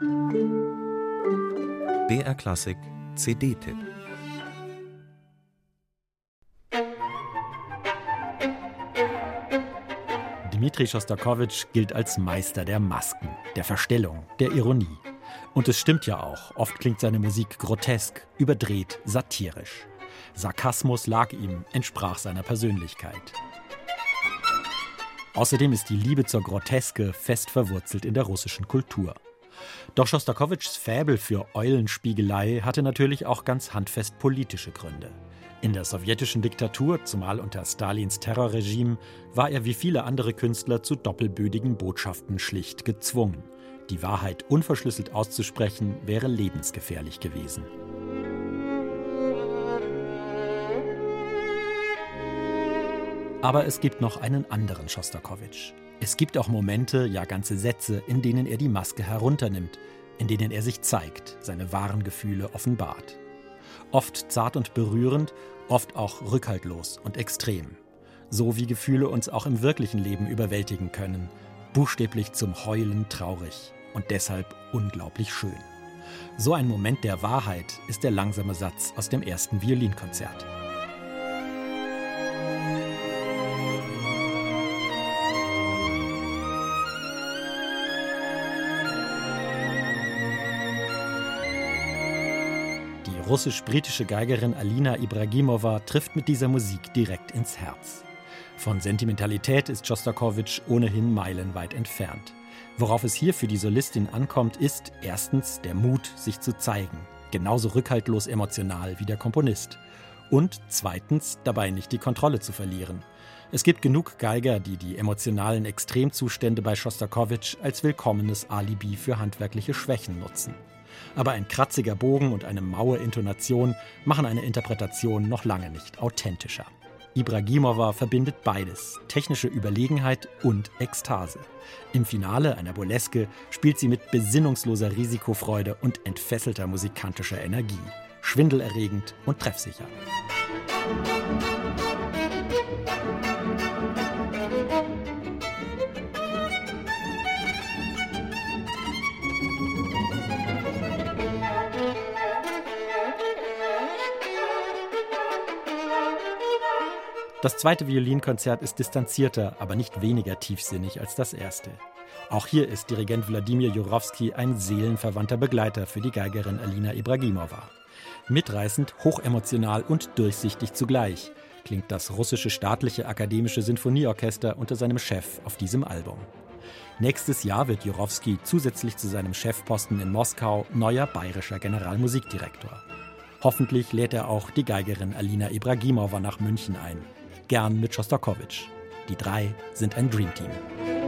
BR Klassik CD-Tipp. Dmitri Schostakowitsch gilt als Meister der Masken, der Verstellung, der Ironie. Und es stimmt ja auch, oft klingt seine Musik grotesk, überdreht, satirisch. Sarkasmus lag ihm, entsprach seiner Persönlichkeit. Außerdem ist die Liebe zur Groteske fest verwurzelt in der russischen Kultur. Doch Schostakowitschs Faible für Eulenspiegelei hatte natürlich auch ganz handfest politische Gründe. In der sowjetischen Diktatur, zumal unter Stalins Terrorregime, war er wie viele andere Künstler zu doppelbödigen Botschaften schlicht gezwungen. Die Wahrheit unverschlüsselt auszusprechen, wäre lebensgefährlich gewesen. Aber es gibt noch einen anderen Schostakowitsch. Es gibt auch Momente, ja ganze Sätze, in denen er die Maske herunternimmt, in denen er sich zeigt, seine wahren Gefühle offenbart. Oft zart und berührend, oft auch rückhaltlos und extrem. So wie Gefühle uns auch im wirklichen Leben überwältigen können. Buchstäblich zum Heulen traurig und deshalb unglaublich schön. So ein Moment der Wahrheit ist der langsame Satz aus dem ersten Violinkonzert. Die russisch-britische Geigerin Alina Ibragimova trifft mit dieser Musik direkt ins Herz. Von Sentimentalität ist Schostakowitsch ohnehin meilenweit entfernt. Worauf es hier für die Solistin ankommt, ist erstens der Mut, sich zu zeigen, genauso rückhaltlos emotional wie der Komponist. Und zweitens dabei nicht die Kontrolle zu verlieren. Es gibt genug Geiger, die die emotionalen Extremzustände bei Schostakowitsch als willkommenes Alibi für handwerkliche Schwächen nutzen. Aber ein kratziger Bogen und eine maue Intonation machen eine Interpretation noch lange nicht authentischer. Ibragimova verbindet beides, technische Überlegenheit und Ekstase. Im Finale einer Burleske spielt sie mit besinnungsloser Risikofreude und entfesselter musikantischer Energie. Schwindelerregend und treffsicher. Das zweite Violinkonzert ist distanzierter, aber nicht weniger tiefsinnig als das erste. Auch hier ist Dirigent Wladimir Jurowski ein seelenverwandter Begleiter für die Geigerin Alina Ibragimova. Mitreißend, hochemotional und durchsichtig zugleich klingt das russische staatliche akademische Sinfonieorchester unter seinem Chef auf diesem Album. Nächstes Jahr wird Jurowski zusätzlich zu seinem Chefposten in Moskau neuer bayerischer Generalmusikdirektor. Hoffentlich lädt er auch die Geigerin Alina Ibragimova nach München ein. Gern mit Schostakowitsch. Die drei sind ein Dreamteam.